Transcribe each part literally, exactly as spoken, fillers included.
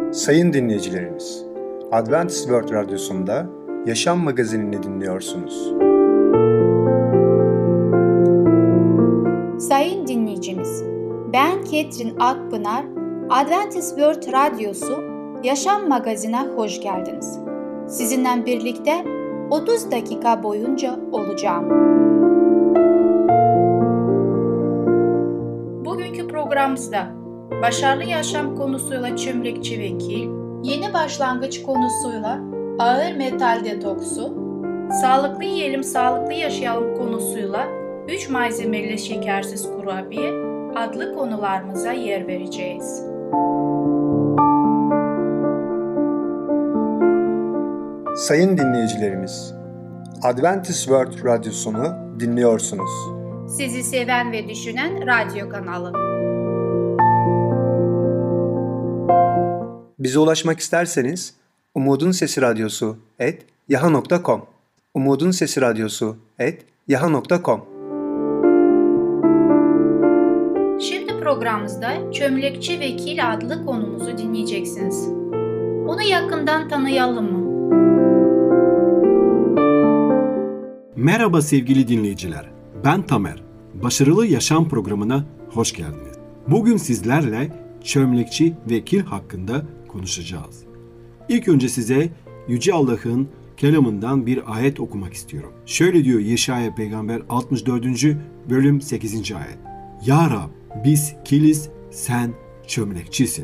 Sayın dinleyicilerimiz, Adventist World Radyosu'nda Yaşam Magazinini dinliyorsunuz. Sayın dinleyicimiz, ben Ketrin Akpınar, Adventist World Radyosu Yaşam Magazinine hoş geldiniz. Sizinle birlikte otuz dakika boyunca olacağım. Bugünkü programımızda başarılı yaşam konusuyla çömlekçi vekil, yeni başlangıç konusuyla ağır metal detoksu, sağlıklı yiyelim, sağlıklı yaşayalım konusuyla üç malzemeli şekersiz kurabiye adlı konularımıza yer vereceğiz. Sayın dinleyicilerimiz, Adventist World Radyosunu dinliyorsunuz. Sizi seven ve düşünen radyo kanalı. Bize ulaşmak isterseniz Umutun Sesi Radyosu et yaha nokta com Umutun Sesi Radyosu et yaha nokta com. Şimdi programımızda Çömlekçi Vekil adlı konumuzu dinleyeceksiniz. Onu yakından tanıyalım mı? Merhaba sevgili dinleyiciler. Ben Tamer. Başarılı Yaşam programına hoş geldiniz. Bugün sizlerle Çömlekçi Vekil hakkında konuşacağız. İlk önce size Yüce Allah'ın kelamından bir ayet okumak istiyorum. Şöyle diyor Yeşaya Peygamber altmış dördüncü bölüm sekizinci ayet. Ya Rab, biz kiliz, sen çömlekçisin.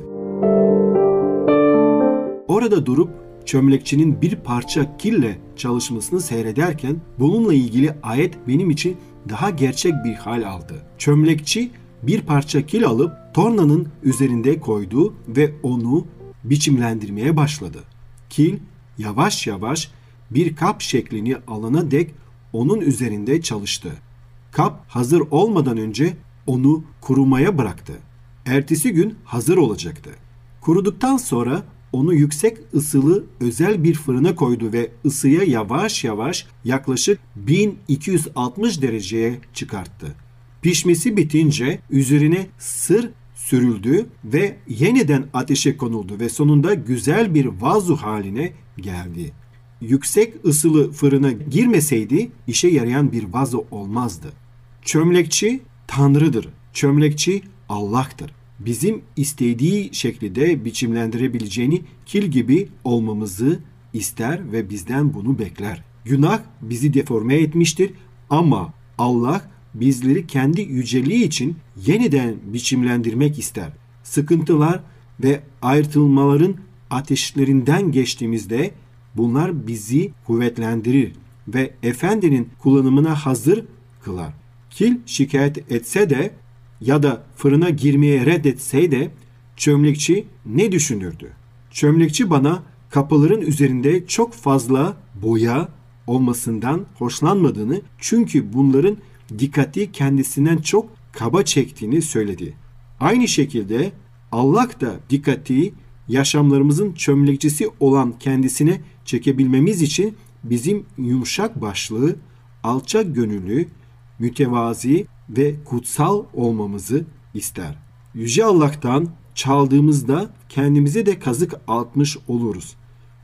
Orada durup çömlekçinin bir parça kille çalışmasını seyrederken bununla ilgili ayet benim için daha gerçek bir hal aldı. Çömlekçi bir parça kil alıp tornanın üzerinde koydu ve onu biçimlendirmeye başladı. Kil yavaş yavaş bir kap şeklini alana dek onun üzerinde çalıştı. Kap hazır olmadan önce onu kurumaya bıraktı. Ertesi gün hazır olacaktı. Kuruduktan sonra onu yüksek ısılı özel bir fırına koydu ve ısıya yavaş yavaş yaklaşık bin iki yüz altmış dereceye çıkarttı. Pişmesi bitince üzerine sır sürüldü ve yeniden ateşe konuldu ve sonunda güzel bir vazo haline geldi. Yüksek ısılı fırına girmeseydi işe yarayan bir vazo olmazdı. Çömlekçi Tanrı'dır. Çömlekçi Allah'tır. Bizim istediği şekilde biçimlendirebileceğini kil gibi olmamızı ister ve bizden bunu bekler. Günah bizi deforme etmiştir ama Allah bizleri kendi yüceliği için yeniden biçimlendirmek ister. Sıkıntılar ve ayrılmaların ateşlerinden geçtiğimizde bunlar bizi kuvvetlendirir ve Efendinin kullanımına hazır kılar. Kil şikayet etse de ya da fırına girmeye reddetseydi çömlekçi ne düşünürdü? Çömlekçi bana kapıların üzerinde çok fazla boya olmasından hoşlanmadığını, çünkü bunların dikkati kendisinden çok kaba çektiğini söyledi. Aynı şekilde Allah da dikkati yaşamlarımızın çömlekçisi olan kendisine çekebilmemiz için bizim yumuşak başlı, alçak gönüllü, mütevazi ve kutsal olmamızı ister. Yüce Allah'tan çaldığımızda kendimize de kazık atmış oluruz.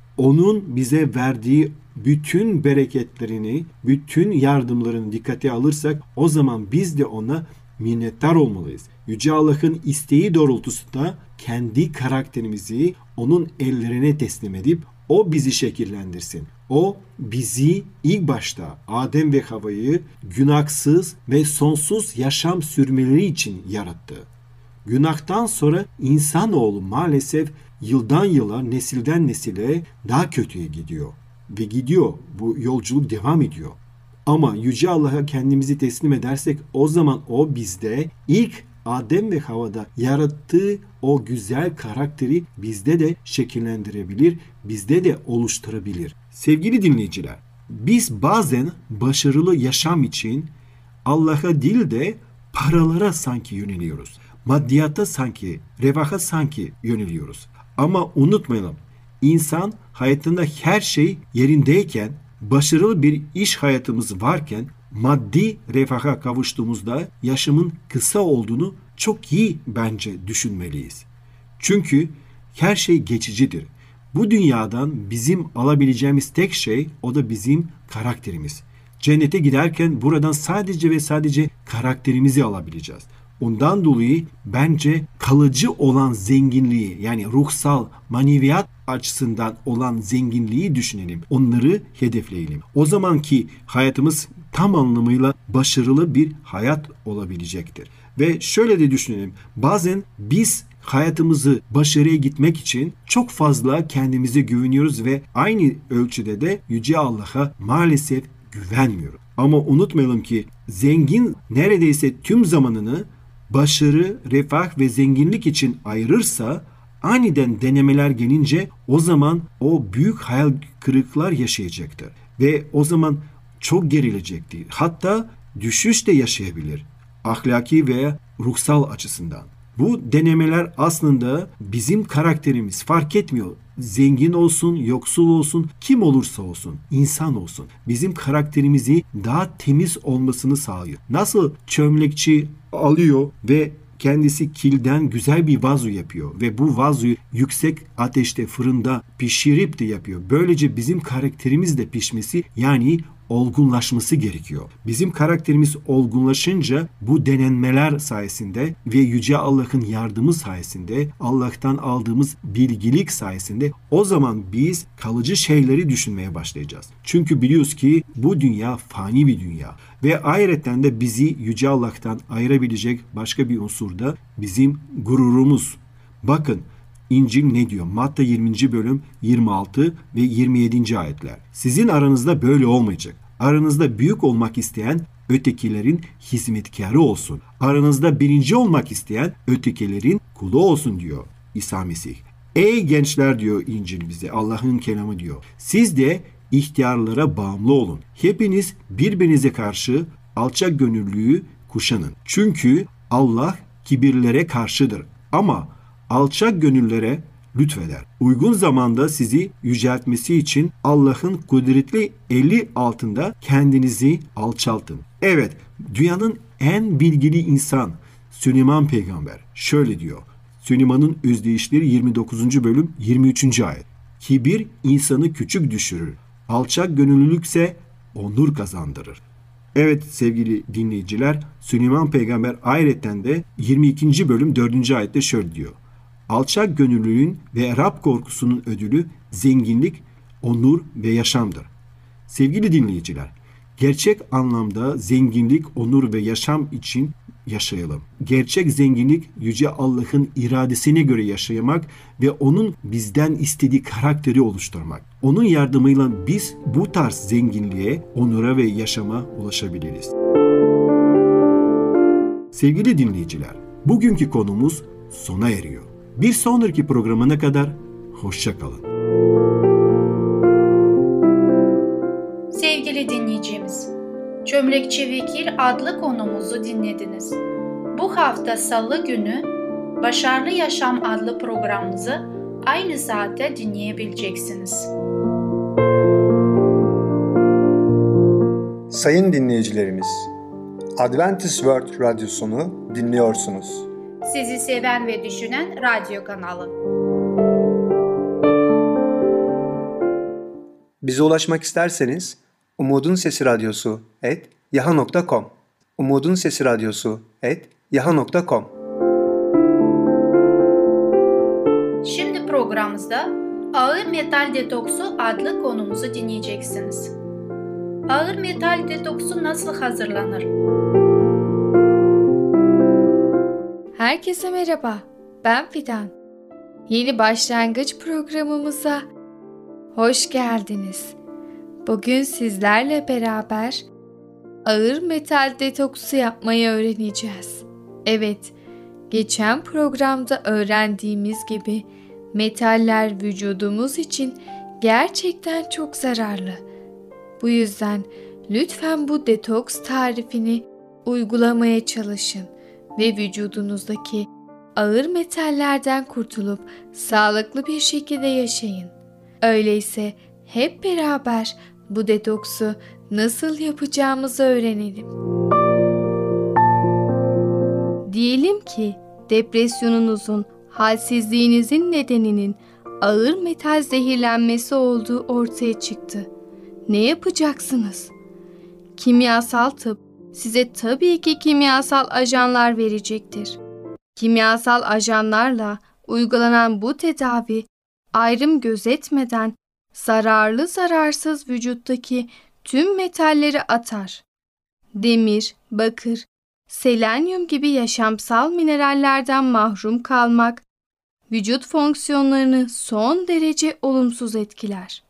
Onun bize verdiği bütün bereketlerini, bütün yardımlarını dikkate alırsak o zaman biz de ona minnettar olmalıyız. Yüce Allah'ın isteği doğrultusunda kendi karakterimizi onun ellerine teslim edip o bizi şekillendirsin. O bizi ilk başta Adem ve Havva'yı günahsız ve sonsuz yaşam sürmeleri için yarattı. Günahtan sonra insanoğlu maalesef yıldan yıla, nesilden nesile daha kötüye gidiyor. Ve gidiyor. Bu yolculuk devam ediyor. Ama Yüce Allah'a kendimizi teslim edersek o zaman o bizde ilk Adem ve Havva'da yarattığı o güzel karakteri bizde de şekillendirebilir, bizde de oluşturabilir. Sevgili dinleyiciler, biz bazen başarılı yaşam için Allah'a değil de paralara sanki yöneliyoruz. Maddiyata sanki, refaha sanki yöneliyoruz. Ama unutmayalım, insan hayatında her şey yerindeyken, başarılı bir iş hayatımız varken, maddi refaha kavuştuğumuzda yaşamın kısa olduğunu çok iyi bence düşünmeliyiz. Çünkü Her şey geçicidir. Bu dünyadan bizim alabileceğimiz tek şey o da bizim karakterimiz. Cennete giderken buradan sadece ve sadece karakterimizi alabileceğiz. Ondan dolayı bence kalıcı olan zenginliği, yani ruhsal, maneviyat açısından olan zenginliği düşünelim. Onları hedefleyelim. O zamanki hayatımız tam anlamıyla başarılı bir hayat olabilecektir. Ve şöyle de düşünelim. Bazen biz hayatımızı başarıya gitmek için çok fazla kendimize güveniyoruz ve aynı ölçüde de Yüce Allah'a maalesef güvenmiyoruz. Ama unutmayalım ki zengin neredeyse tüm zamanını başarı, refah ve zenginlik için ayırırsa aniden denemeler gelince o zaman o büyük hayal kırıklıklar yaşayacaktır. Ve o zaman çok gerilecektir. Hatta düşüş de yaşayabilir. Ahlaki veya ruhsal açısından. Bu denemeler aslında bizim karakterimiz, fark etmiyor. Zengin olsun, yoksul olsun, kim olursa olsun, insan olsun. Bizim karakterimizi daha temiz olmasını sağlıyor. Nasıl çömlekçi alıyor ve kendisi kilden güzel bir vazo yapıyor ve bu vazoyu yüksek ateşte fırında pişirip de yapıyor. Böylece bizim karakterimiz de pişmesi, yani olgunlaşması gerekiyor. Bizim karakterimiz olgunlaşınca bu denenmeler sayesinde ve Yüce Allah'ın yardımı sayesinde, Allah'tan aldığımız bilgilik sayesinde o zaman biz kalıcı şeyleri düşünmeye başlayacağız. Çünkü biliyoruz ki bu dünya fani bir dünya ve ayrıca de bizi Yüce Allah'tan ayırabilecek başka bir unsur da bizim gururumuz. Bakın İncil ne diyor? Matta yirminci bölüm yirmi altı ve yirmi yedinci ayetler. Sizin aranızda böyle olmayacak. Aranızda büyük olmak isteyen ötekilerin hizmetkarı olsun. Aranızda birinci olmak isteyen ötekilerin kulu olsun diyor İsa Mesih. Ey gençler diyor İncil bize, Allah'ın kelamı diyor. Siz de ihtiyarlara bağımlı olun. Hepiniz birbirinize karşı alçak gönüllülüğü kuşanın. Çünkü Allah kibirlere karşıdır ama alçak gönüllere lütfeder. Uygun zamanda sizi yüceltmesi için Allah'ın kudretli eli altında kendinizi alçaltın. Evet, dünyanın en bilgili insan Süleyman peygamber şöyle diyor. Süleyman'ın özdeyişleri yirmi dokuzuncu bölüm yirmi üçüncü ayet. Kibir insanı küçük düşürür. Alçak gönüllülükse onur kazandırır. Evet sevgili dinleyiciler, Süleyman peygamber ayrıca de yirmi ikinci bölüm dördüncü ayette şöyle diyor. Alçak gönüllülüğün ve Rab korkusunun ödülü zenginlik, onur ve yaşamdır. Sevgili dinleyiciler, gerçek anlamda zenginlik, onur ve yaşam için yaşayalım. Gerçek zenginlik Yüce Allah'ın iradesine göre yaşamak ve onun bizden istediği karakteri oluşturmak. Onun yardımıyla biz bu tarz zenginliğe, onura ve yaşama ulaşabiliriz. Sevgili dinleyiciler, bugünkü konumuz sona eriyor. Bir sonraki programına kadar hoşça kalın. Sevgili dinleyicimiz, Çömlekçi Vekil adlı konumuzu dinlediniz. Bu hafta Salı günü Başarılı Yaşam adlı programımızı aynı saatte dinleyebileceksiniz. Sayın dinleyicilerimiz, Adventist World Radyosunu dinliyorsunuz. Sizi seven ve düşünen radyo kanalı. Bize ulaşmak isterseniz Umutun Sesi Radyosu et yaha nokta com Umutun Sesi Radyosu et yaha nokta com. Şimdi programımızda Ağır Metal Detoksu adlı konumuzu dinleyeceksiniz. Ağır metal detoksu nasıl hazırlanır? Herkese merhaba, ben Fidan. Yeni başlangıç programımıza hoş geldiniz. Bugün sizlerle beraber ağır metal detoksu yapmayı öğreneceğiz. Evet, geçen programda öğrendiğimiz gibi metaller vücudumuz için gerçekten çok zararlı. Bu yüzden lütfen bu detoks tarifini uygulamaya çalışın ve vücudunuzdaki ağır metallerden kurtulup sağlıklı bir şekilde yaşayın. Öyleyse hep beraber bu detoksu nasıl yapacağımızı öğrenelim. Diyelim ki depresyonunuzun halsizliğinizin nedeninin ağır metal zehirlenmesi olduğu ortaya çıktı. Ne yapacaksınız? Kimyasal tıp size tabii ki kimyasal ajanlar verecektir. Kimyasal ajanlarla uygulanan bu tedavi ayrım gözetmeden zararlı zararsız vücuttaki tüm metalleri atar. Demir, bakır, selenyum gibi yaşamsal minerallerden mahrum kalmak, vücut fonksiyonlarını son derece olumsuz etkiler.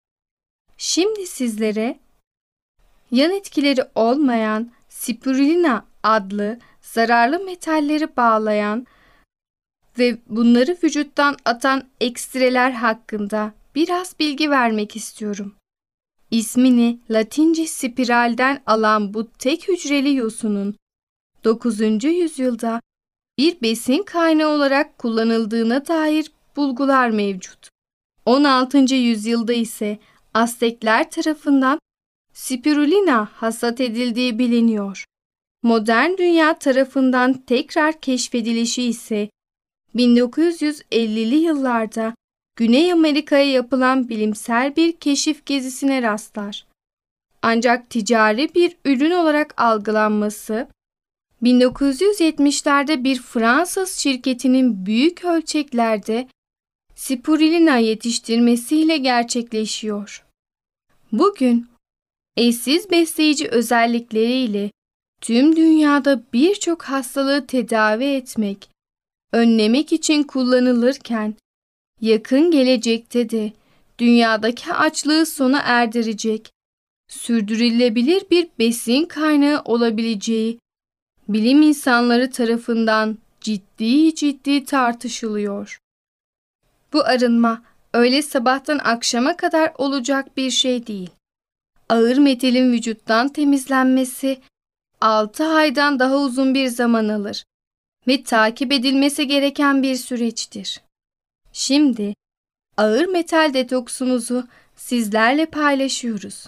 Şimdi sizlere yan etkileri olmayan spirulina adlı zararlı metalleri bağlayan ve bunları vücuttan atan ekstreler hakkında biraz bilgi vermek istiyorum. İsmini Latince spiralden alan bu tek hücreli yosunun dokuzuncu yüzyılda bir besin kaynağı olarak kullanıldığına dair bulgular mevcut. on altıncı yüzyılda ise Aztekler tarafından spirulina hasat edildiği biliniyor. Modern dünya tarafından tekrar keşfedilişi ise bin dokuz yüz ellili yıllarda Güney Amerika'ya yapılan bilimsel bir keşif gezisine rastlar. Ancak ticari bir ürün olarak algılanması bin dokuz yüz yetmişlerde bir Fransız şirketinin büyük ölçeklerde spirulina yetiştirmesiyle gerçekleşiyor. Bugün eşsiz besleyici özellikleriyle tüm dünyada birçok hastalığı tedavi etmek, önlemek için kullanılırken yakın gelecekte de dünyadaki açlığı sona erdirecek, sürdürülebilir bir besin kaynağı olabileceği bilim insanları tarafından ciddi ciddi tartışılıyor. Bu arınma öyle sabahtan akşama kadar olacak bir şey değil. Ağır metalin vücuttan temizlenmesi altı aydan daha uzun bir zaman alır ve takip edilmesi gereken bir süreçtir. Şimdi ağır metal detoksumuzu sizlerle paylaşıyoruz.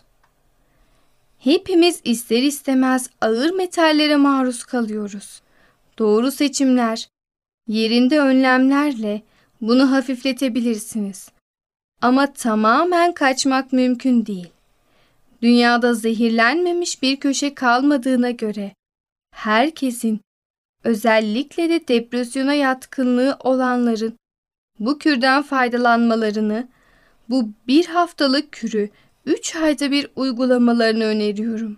Hepimiz ister istemez ağır metallere maruz kalıyoruz. Doğru seçimler, yerinde önlemlerle bunu hafifletebilirsiniz. Ama tamamen kaçmak mümkün değil. Dünyada zehirlenmemiş bir köşe kalmadığına göre herkesin, özellikle de depresyona yatkınlığı olanların bu kürden faydalanmalarını, bu bir haftalık kürü üç ayda bir uygulamalarını öneriyorum.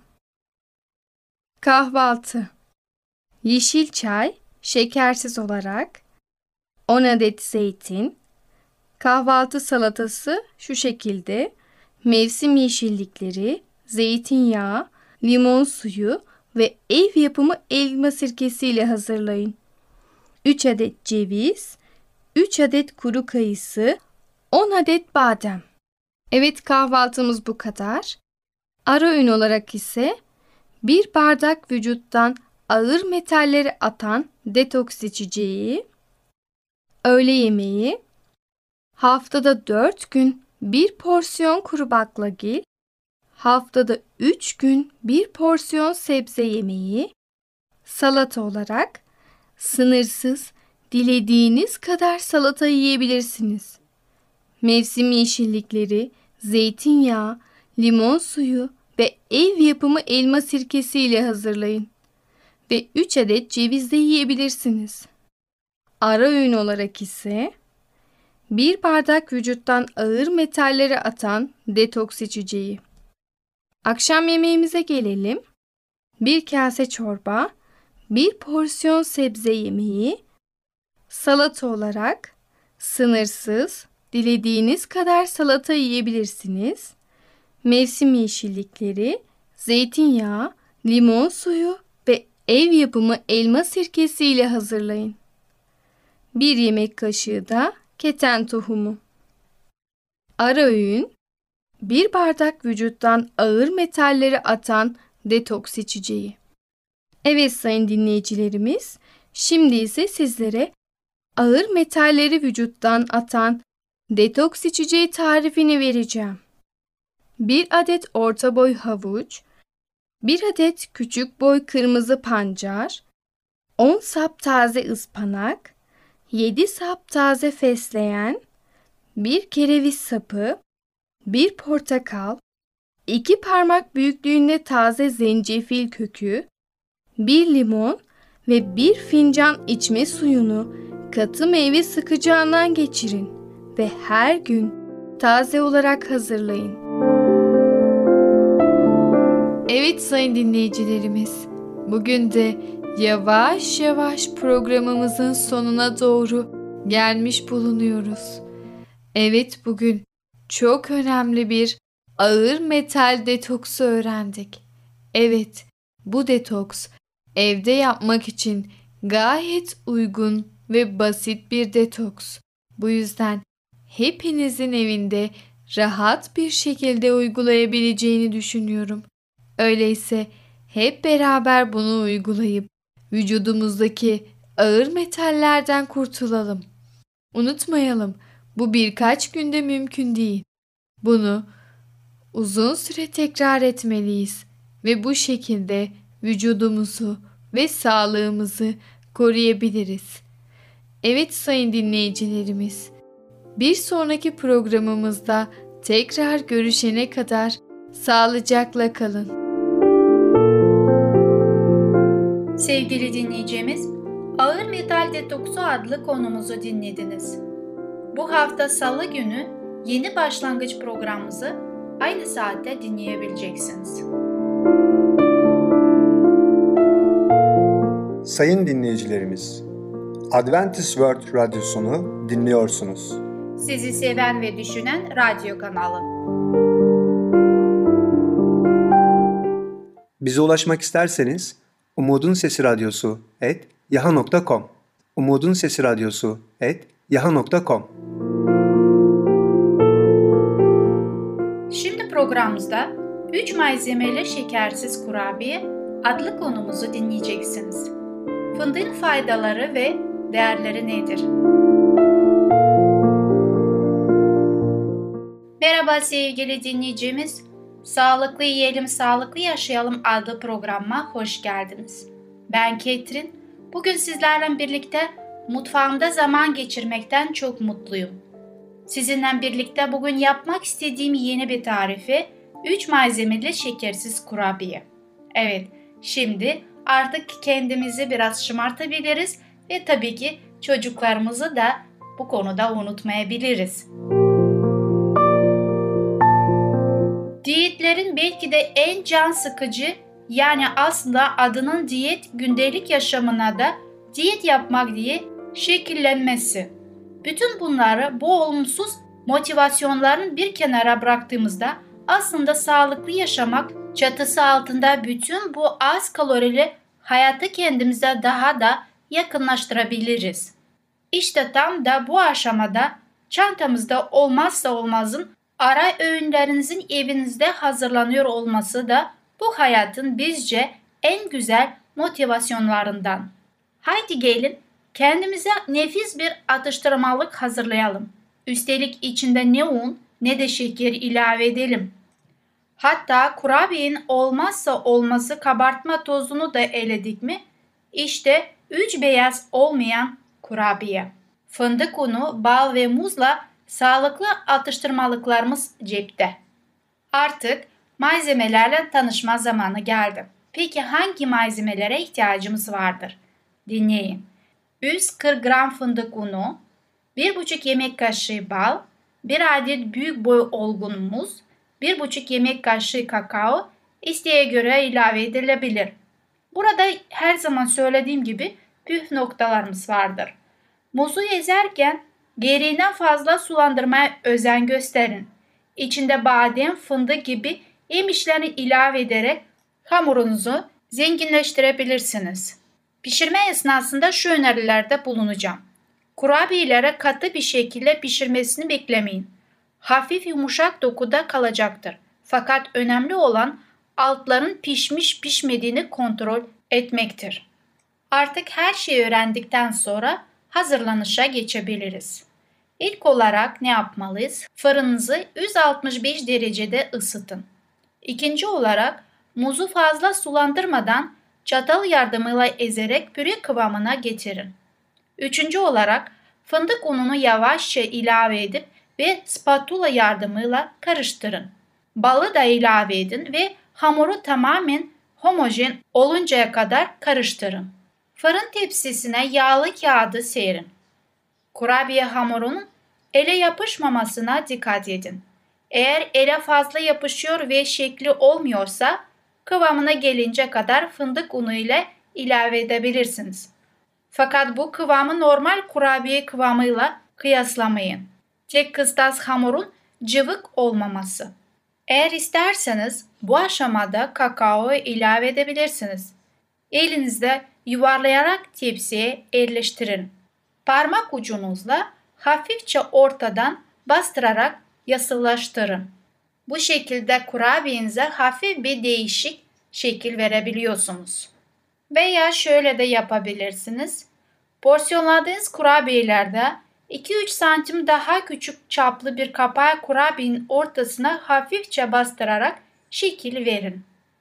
Kahvaltı: yeşil çay, şekersiz olarak, on adet zeytin, kahvaltı salatası şu şekilde: mevsim yeşillikleri, zeytinyağı, limon suyu ve ev yapımı elma sirkesiyle hazırlayın. üç adet ceviz, üç adet kuru kayısı, on adet badem. Evet, kahvaltımız bu kadar. Ara öğün olarak ise bir bardak vücuttan ağır metalleri atan detoks içeceği, öğle yemeği, haftada dört gün bir porsiyon kuru baklagil, haftada üç gün bir porsiyon sebze yemeği, salata olarak sınırsız, dilediğiniz kadar salata yiyebilirsiniz. Mevsim yeşillikleri, zeytinyağı, limon suyu ve ev yapımı elma sirkesi ile hazırlayın. Ve üç adet ceviz de yiyebilirsiniz. Ara öğün olarak ise bir bardak vücuttan ağır metalleri atan detoks içeceği. Akşam yemeğimize gelelim. Bir kase çorba, bir porsiyon sebze yemeği, salata olarak sınırsız, dilediğiniz kadar salata yiyebilirsiniz. Mevsim yeşillikleri, zeytinyağı, limon suyu ve ev yapımı elma sirkesi ile hazırlayın. Bir yemek kaşığı da keten tohumu. Ara öğün, bir bardak vücuttan ağır metalleri atan detoks içeceği. Evet sayın dinleyicilerimiz, şimdi ise sizlere ağır metalleri vücuttan atan detoks içeceği tarifini vereceğim. Bir adet orta boy havuç, bir adet küçük boy kırmızı pancar, on sap taze ıspanak, yedi sap taze fesleğen, bir kereviz sapı, bir portakal, iki parmak büyüklüğünde taze zencefil kökü, bir limon ve bir fincan içme suyunu katı meyve sıkacağından geçirin ve her gün taze olarak hazırlayın. Evet sayın dinleyicilerimiz, bugün de yavaş yavaş programımızın sonuna doğru gelmiş bulunuyoruz. Evet, bugün çok önemli bir ağır metal detoksu öğrendik. Evet, bu detoks evde yapmak için gayet uygun ve basit bir detoks. Bu yüzden hepinizin evinde rahat bir şekilde uygulayabileceğini düşünüyorum. Öyleyse hep beraber bunu uygulayıp vücudumuzdaki ağır metallerden kurtulalım. Unutmayalım, bu birkaç günde mümkün değil. Bunu uzun süre tekrar etmeliyiz ve bu şekilde vücudumuzu ve sağlığımızı koruyabiliriz. Evet sayın dinleyicilerimiz, bir sonraki programımızda tekrar görüşene kadar sağlıcakla kalın. Sevgili dinleyicimiz, Ağır Metal Detoksu adlı konumuzu dinlediniz. Bu hafta Salı günü yeni başlangıç programımızı aynı saatte dinleyebileceksiniz. Sayın dinleyicilerimiz, Adventist World Radyosunu dinliyorsunuz. Sizi seven ve düşünen radyo kanalı. Bize ulaşmak isterseniz Umutun Sesi Radyosu et yaha nokta com Umutun Sesi Radyosu et yaha nokta com. Şimdi programımızda üç malzemeli şekersiz kurabiye adlı konumuzu dinleyeceksiniz. Fındığın faydaları ve değerleri nedir? Merhaba sevgili dinleyicimiz. Sağlıklı Yiyelim, Sağlıklı Yaşayalım adlı programıma hoş geldiniz. Ben Ketrin. Bugün sizlerle birlikte mutfağımda zaman geçirmekten çok mutluyum. Sizinle birlikte bugün yapmak istediğim yeni bir tarifi üç malzemeli şekersiz kurabiye. Evet, şimdi artık kendimizi biraz şımartabiliriz ve tabii ki çocuklarımızı da bu konuda unutmayabiliriz. Diyetlerin belki de en can sıkıcı, yani aslında adının diyet, gündelik yaşamına da diyet yapmak diye şekillenmesi. Bütün bunları, bu olumsuz motivasyonların bir kenara bıraktığımızda aslında sağlıklı yaşamak çatısı altında bütün bu az kalorili hayatı kendimize daha da yakınlaştırabiliriz. İşte tam da bu aşamada çantamızda olmazsa olmazın ara öğünlerinizin evinizde hazırlanıyor olması da bu hayatın bizce en güzel motivasyonlarından. Haydi gelin kendimize nefis bir atıştırmalık hazırlayalım. Üstelik içinde ne un ne de şeker ilave edelim. Hatta kurabiyenin olmazsa olmazı kabartma tozunu da eledik mi? İşte üç beyaz olmayan kurabiye. Fındık unu, bal ve muzla sağlıklı atıştırmalıklarımız cepte. Artık malzemelerle tanışma zamanı geldi. Peki hangi malzemelere ihtiyacımız vardır? Dinleyin. yüz kırk gram fındık unu, bir buçuk yemek kaşığı bal, bir adet büyük boy olgun muz, bir buçuk yemek kaşığı kakao isteğe göre ilave edilebilir. Burada her zaman söylediğim gibi püf noktalarımız vardır. Muzu ezerken gereğinden fazla sulandırmaya özen gösterin. İçinde badem, fındık gibi yemişlerini ilave ederek hamurunuzu zenginleştirebilirsiniz. Pişirme esnasında şu önerilerde bulunacağım. Kurabiyelere katı bir şekilde pişirmesini beklemeyin. Hafif yumuşak dokuda kalacaktır. Fakat önemli olan altların pişmiş pişmediğini kontrol etmektir. Artık her şeyi öğrendikten sonra hazırlanışa geçebiliriz. İlk olarak ne yapmalıyız? Fırınınızı yüz altmış beş derecede ısıtın. İkinci olarak muzu fazla sulandırmadan çatal yardımıyla ezerek püre kıvamına getirin. Üçüncü olarak Fındık ununu yavaşça ilave edip ve spatula yardımıyla karıştırın. Balı da ilave edin ve hamuru tamamen homojen oluncaya kadar karıştırın. Fırın tepsisine yağlı kağıdı serin. Kurabiye hamurunun ele yapışmamasına dikkat edin. Eğer ele fazla yapışıyor ve şekli olmuyorsa kıvamına gelince kadar fındık unu ile ilave edebilirsiniz. Fakat bu kıvamı normal kurabiye kıvamıyla kıyaslamayın. Tek kıstas hamurun cıvık olmaması. Eğer isterseniz bu aşamada kakao ilave edebilirsiniz. Elinizde yuvarlayarak tepsiye yerleştirin. Parmak ucunuzla hafifçe ortadan bastırarak yasıllaştırın. Bu şekilde kurabiyenize hafif bir değişik şekil verebiliyorsunuz. Veya şöyle de yapabilirsiniz. Porsiyonladığınız kurabiyelerde iki üç santim daha küçük çaplı bir kapağı kurabiyenin ortasına hafifçe bastırarak şekil verin.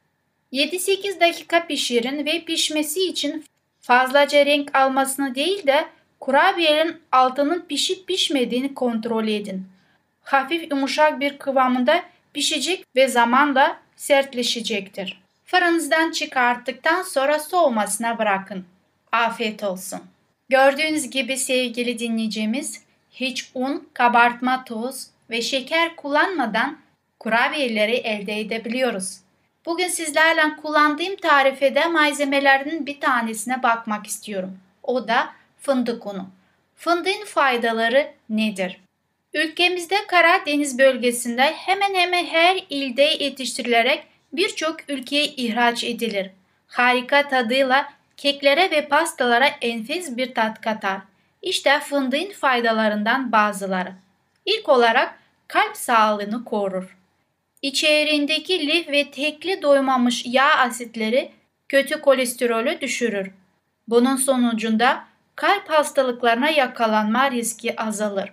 yedi sekiz dakika pişirin ve pişmesi için fazlaca renk almasını değil de kurabiyenin altının pişip pişmediğini kontrol edin. Hafif yumuşak bir kıvamında pişecek ve zamanla sertleşecektir. Fırınızdan çıkarttıktan sonra soğumasına bırakın. Afiyet olsun. Gördüğünüz gibi sevgili dinleyicimiz, hiç un, kabartma toz ve şeker kullanmadan kurabiyeleri elde edebiliyoruz. Bugün sizlerle kullandığım tarifede malzemelerinin bir tanesine bakmak istiyorum. O da fındık unu. Fındığın faydaları nedir? Ülkemizde Karadeniz bölgesinde hemen hemen her ilde yetiştirilerek birçok ülkeye ihraç edilir. Harika tadıyla keklere ve pastalara enfes bir tat katar. İşte fındığın faydalarından bazıları. İlk olarak kalp sağlığını korur. İçeriğindeki lif ve tekli doymamış yağ asitleri kötü kolesterolü düşürür. Bunun sonucunda kalp hastalıklarına yakalanma riski azalır.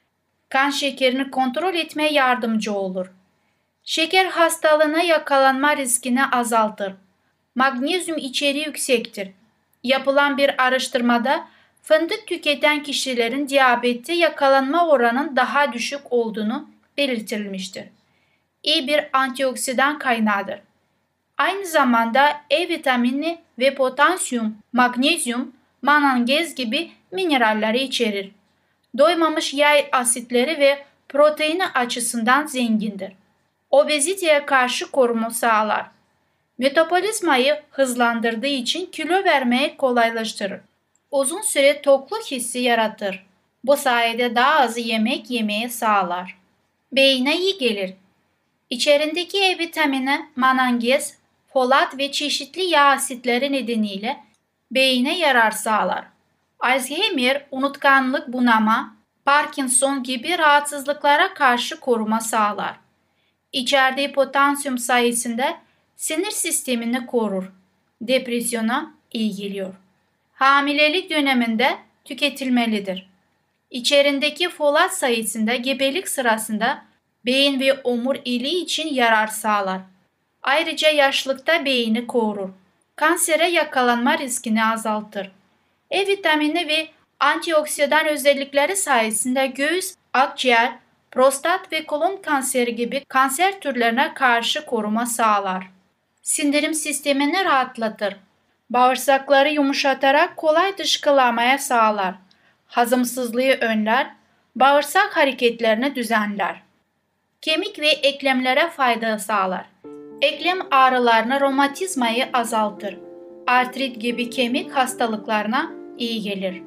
Kan şekerini kontrol etmeye yardımcı olur. Şeker hastalığına yakalanma riskini azaltır. Magnezyum içeriği yüksektir. Yapılan bir araştırmada fındık tüketen kişilerin diyabete yakalanma oranının daha düşük olduğunu belirtilmiştir. İyi bir antioksidan kaynağıdır. Aynı zamanda E vitamini ve potasyum, magnezyum, manganez gibi mineralleri içerir. Doymamış yağ asitleri ve proteini açısından zengindir. Obeziteye karşı koruma sağlar. Metabolizmayı hızlandırdığı için kilo vermeyi kolaylaştırır. Uzun süre tokluk hissi yaratır. Bu sayede daha az yemek yemeye sağlar. Beyine iyi gelir. İçerindeki E vitamini, manganez, folat ve çeşitli yağ asitleri nedeniyle beyine yarar sağlar. Alzheimer, unutkanlık, bunama, Parkinson gibi rahatsızlıklara karşı koruma sağlar. İçerdiği potasyum sayesinde sinir sistemini korur. Depresyona iyi geliyor. Hamilelik döneminde tüketilmelidir. İçerindeki folat sayesinde gebelik sırasında beyin ve omuriliği için yarar sağlar. Ayrıca yaşlılıkta beyni korur. Kansere yakalanma riskini azaltır. E vitamini ve antioksidan özellikleri sayesinde göğüs, akciğer, prostat ve kolon kanseri gibi kanser türlerine karşı koruma sağlar. Sindirim sistemini rahatlatır. Bağırsakları yumuşatarak kolay dışkılamaya sağlar. Hazımsızlığı önler, bağırsak hareketlerini düzenler. Kemik ve eklemlere fayda sağlar. Eklem ağrılarını, romatizmayı azaltır. Artrit gibi kemik hastalıklarına iyi gelir.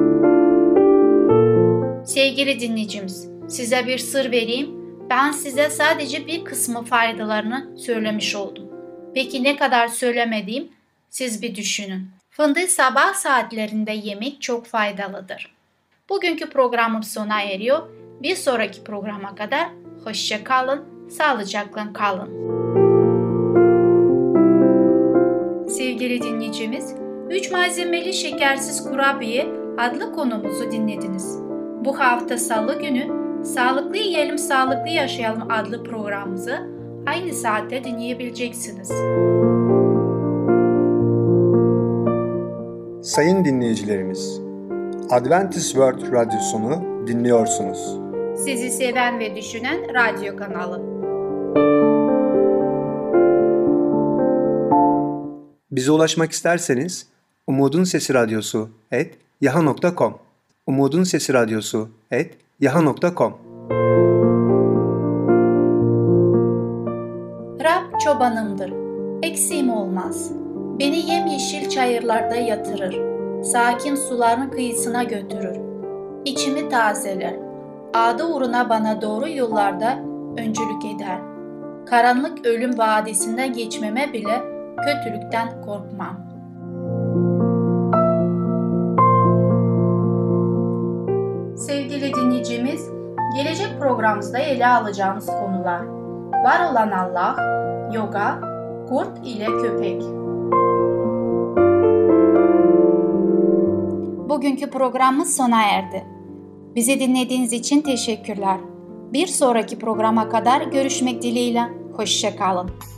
Sevgili dinleyicimiz, size bir sır vereyim. Ben size sadece bir kısmı faydalarını söylemiş oldum. Peki ne kadar söylemediğim siz bir düşünün. Fındığı sabah saatlerinde yemek çok faydalıdır. Bugünkü programım sona eriyor. Bir sonraki programa kadar hoşça kalın, sağlıcakla kalın. Sevgili dinleyicimiz, üç malzemeli şekersiz kurabiye adlı konumuzu dinlediniz. Bu hafta Salı günü Sağlıklı Yiyelim, Sağlıklı Yaşayalım adlı programımızı aynı saatte dinleyebileceksiniz. Sayın dinleyicilerimiz, Adventist World Radyosunu dinliyorsunuz. Sizi seven ve düşünen radyo kanalı. Bize ulaşmak isterseniz Umutun Sesi Radyosu et yaha nokta com Umutun Sesi Radyosu et yaha nokta com. Rab çobanımdır, eksiğim olmaz. Beni yemyeşil çayırlarda yatırır, sakin suların kıyısına götürür. İçimi tazeler, adı uğruna bana doğru yollarda öncülük eder. Karanlık ölüm vadisinden geçmeme bile kötülükten korkmam. Sevgili dinleyicimiz, gelecek programımızda ele alacağımız konular: var olan Allah, yoga, kurt ile köpek. Bugünkü programımız sona erdi. Bizi dinlediğiniz için teşekkürler. Bir sonraki programa kadar görüşmek dileğiyle. Hoşça kalın.